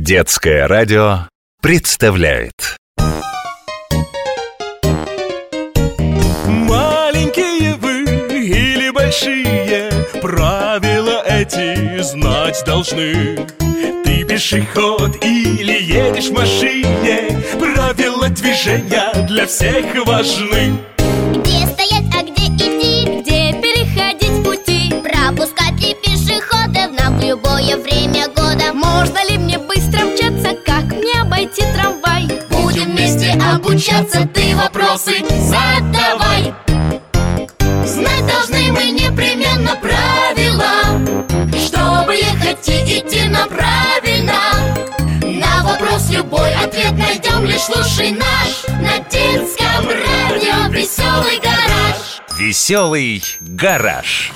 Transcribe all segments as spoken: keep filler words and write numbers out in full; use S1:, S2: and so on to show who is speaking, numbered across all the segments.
S1: Детское радио представляет.
S2: Маленькие вы или большие, правила эти знать должны. Ты пешеход или едешь в машине, правила движения для всех важны.
S3: Где стоять, а где идти,
S4: где переходить пути,
S3: пропускать ли пешеходов нам в любое время года.
S4: Можно ли мне быстро мчаться, как мне обойти трамвай?
S3: Будем вместе обучаться, ты вопросы задавай. Знать должны мы непременно правила, чтобы ехать и идти нам правильно. На вопрос любой ответ найдем, лишь слушай наш на детском радио «Веселый гараж».
S1: Веселый гараж.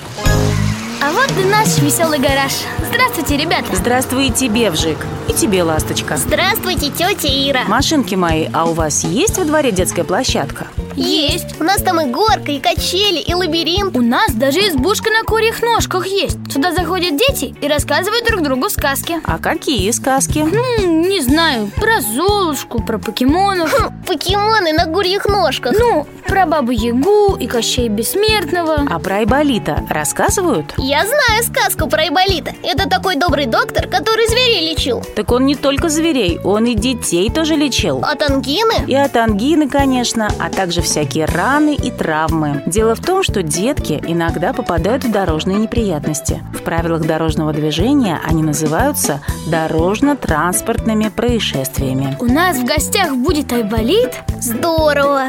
S4: А вот и наш веселый гараж. Здравствуйте, ребята.
S5: Здравствуй и тебе, Вжик. И тебе, Ласточка.
S3: Здравствуйте, тетя Ира.
S5: Машинки мои, а у вас есть во дворе детская площадка?
S3: Есть. У нас там и горка, и качели, и лабиринт.
S4: У нас даже избушка на курьих ножках есть. Сюда заходят дети и рассказывают друг другу сказки.
S5: А какие сказки?
S4: Ну, не знаю, про Золушку, про покемонов.
S3: Хм, покемоны на курьих ножках.
S4: Ну, про Бабу-Ягу и Кощея Бессмертного.
S5: А про Айболита рассказывают?
S3: Я знаю сказку про Айболита. Это такой добрый доктор, который зверей лечил.
S5: Так он не только зверей, он и детей тоже лечил.
S3: От ангины?
S5: И от ангины, конечно, а также всякие раны и травмы. Дело в том, что детки иногда попадают в дорожные неприятности. В правилах дорожного движения они называются дорожно-транспортными происшествиями.
S4: У нас в гостях будет Айболит?
S3: Здорово!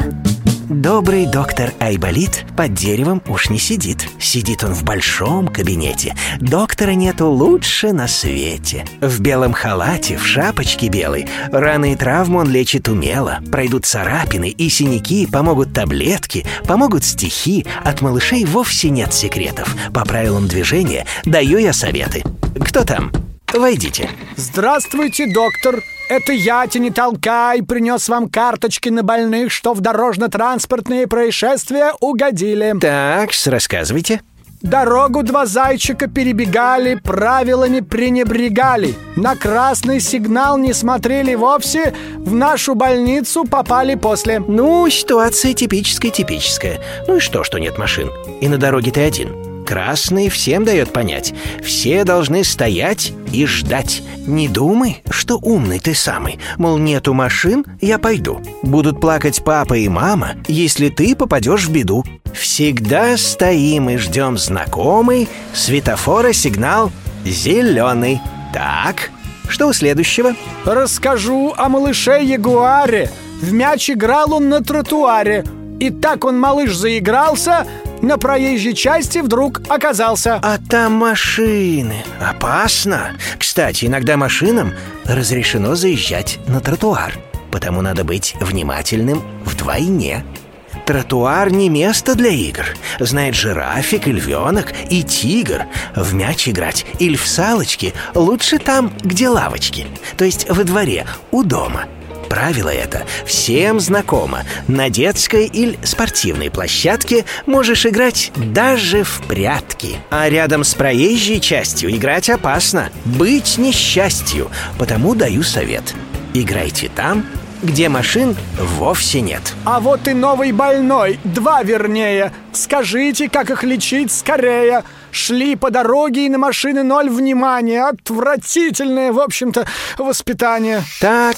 S6: Добрый доктор Айболит под деревом уж не сидит. Сидит он в большом кабинете. Доктора нету лучше на свете. В белом халате, в шапочке белой. Раны и травмы он лечит умело. Пройдут царапины и синяки, помогут таблетки, помогут стихи. От малышей вовсе нет секретов. По правилам движения даю я советы. Кто там? Войдите.
S7: Здравствуйте, доктор. Это я, не толкай, принес вам карточки на больных, что в дорожно-транспортные происшествия угодили.
S6: Так, рассказывайте.
S7: Дорогу два зайчика перебегали, правилами пренебрегали. На красный сигнал не смотрели вовсе, в нашу больницу попали после.
S6: Ну, ситуация типическая-типическая. Ну и что, что нет машин? И на дороге ты один. Красный всем дает понять. Все должны стоять и ждать. Не думай, что умный ты самый. Мол, нету машин, я пойду. Будут плакать папа и мама, если ты попадешь в беду. Всегда стоим и ждем знакомый светофора сигнал зеленый. Так, что у следующего?
S7: Расскажу о малыше-ягуаре. В мяч играл он на тротуаре. И так он, малыш, заигрался, на проезжей части вдруг оказался.
S6: А там машины. Опасно. Кстати, иногда машинам разрешено заезжать на тротуар. Потому надо быть внимательным вдвойне. Тротуар не место для игр. Знает жирафик и львенок, и тигр. В мяч играть или в салочки лучше там, где лавочки. То есть во дворе, у дома. Правило это всем знакомо. На детской или спортивной площадке можешь играть даже в прятки. А рядом с проезжей частью играть опасно. Быть несчастью. Потому даю совет. Играйте там, где машин вовсе нет.
S7: А вот и новый больной, два вернее. Скажите, как их лечить скорее. Шли по дороге и на машины ноль внимания. Отвратительное, в общем-то, воспитание.
S6: Так,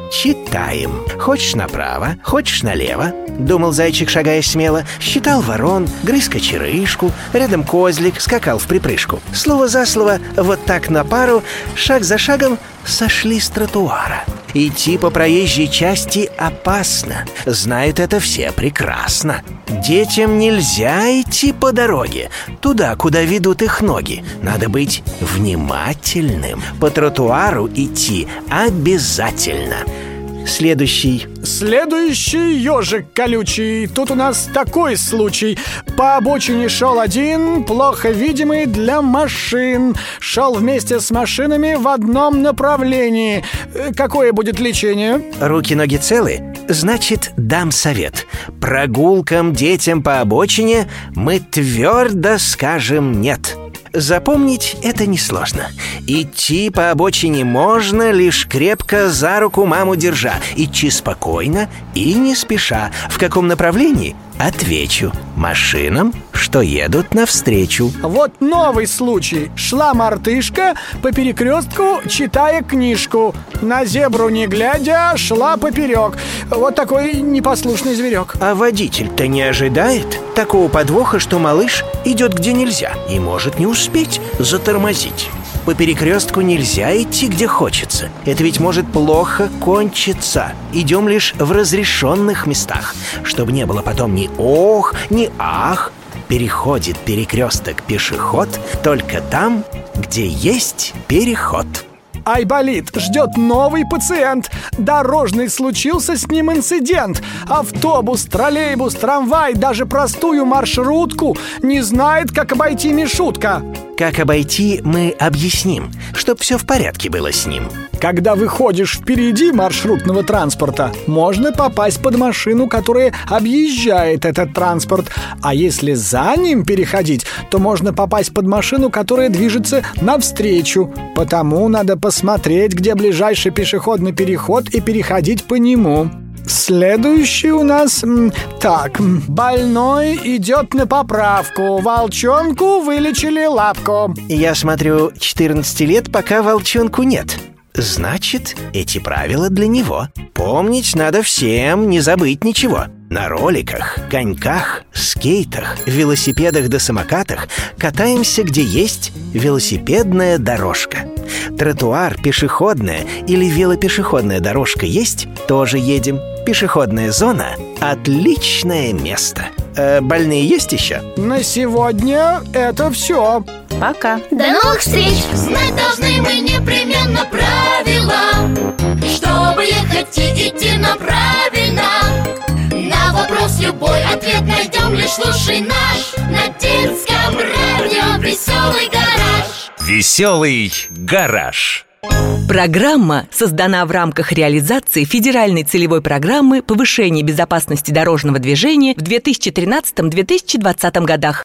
S6: читаем. Хочешь направо, хочешь налево. Думал зайчик, шагая смело. Считал ворон, грыз кочерышку. Рядом козлик, скакал в припрыжку. Слово за слово, вот так на пару, шаг за шагом сошли с тротуара. Идти по проезжей части опасно. Знают это все прекрасно. Детям нельзя идти по дороге, туда, куда ведут их ноги. Надо быть внимательным. По тротуару идти обязательно. Следующий.
S7: Следующий ежик колючий. Тут у нас такой случай. По обочине шел один, плохо видимый для машин. Шел вместе с машинами в одном направлении. Какое будет лечение?
S6: Руки, ноги целы? Значит, дам совет. Прогулкам детям по обочине мы твердо скажем «нет». Запомнить это несложно. Идти по обочине можно, лишь крепко за руку маму держа. Идти спокойно и не спеша. В каком направлении? Отвечу. Машинам, что едут навстречу.
S7: Вот новый случай. Шла мартышка по перекрестку, читая книжку. На зебру не глядя, шла поперек. Вот такой непослушный зверек.
S6: А водитель-то не ожидает такого подвоха, что малыш идет где нельзя и может не успеть затормозить. По перекрестку нельзя идти, где хочется. Это ведь может плохо кончиться. Идем лишь в разрешенных местах, чтобы не было потом ни ох, ни ах. Переходит перекресток пешеход только там, где есть переход.
S7: Айболит, ждет новый пациент. Дорожный случился с ним инцидент. Автобус, троллейбус, трамвай, даже простую маршрутку не знает, как обойти Мишутка.
S6: Как обойти, мы объясним, чтоб все в порядке было с ним.
S7: Когда выходишь впереди маршрутного транспорта, можно попасть под машину, которая объезжает этот транспорт. А если за ним переходить, то можно попасть под машину, которая движется навстречу. Потому надо посмотреть, где ближайший пешеходный переход, и переходить по нему. Следующий у нас... Так, больной идет на поправку. Волчонку вылечили лапку.
S6: Я смотрю, четырнадцати лет пока волчонку нет. Значит, эти правила для него. Помнить надо всем, не забыть ничего. На роликах, коньках, скейтах, велосипедах да самокатах катаемся, где есть велосипедная дорожка. Тротуар, пешеходная или велопешеходная дорожка есть, тоже едем. Пешеходная зона – отличное место. Э, больные есть еще?
S7: На сегодня это все.
S5: Пока.
S4: До новых встреч!
S3: Знать должны мы непременно правила, чтобы ехать и идти нам правильно. На вопрос любой ответ найдем, лишь слушай наш на детском радио «Веселый гараж».
S1: Веселый гараж.
S8: Программа создана в рамках реализации федеральной целевой программы повышения безопасности дорожного движения в две тысячи тринадцатом — две тысячи двадцатом годах.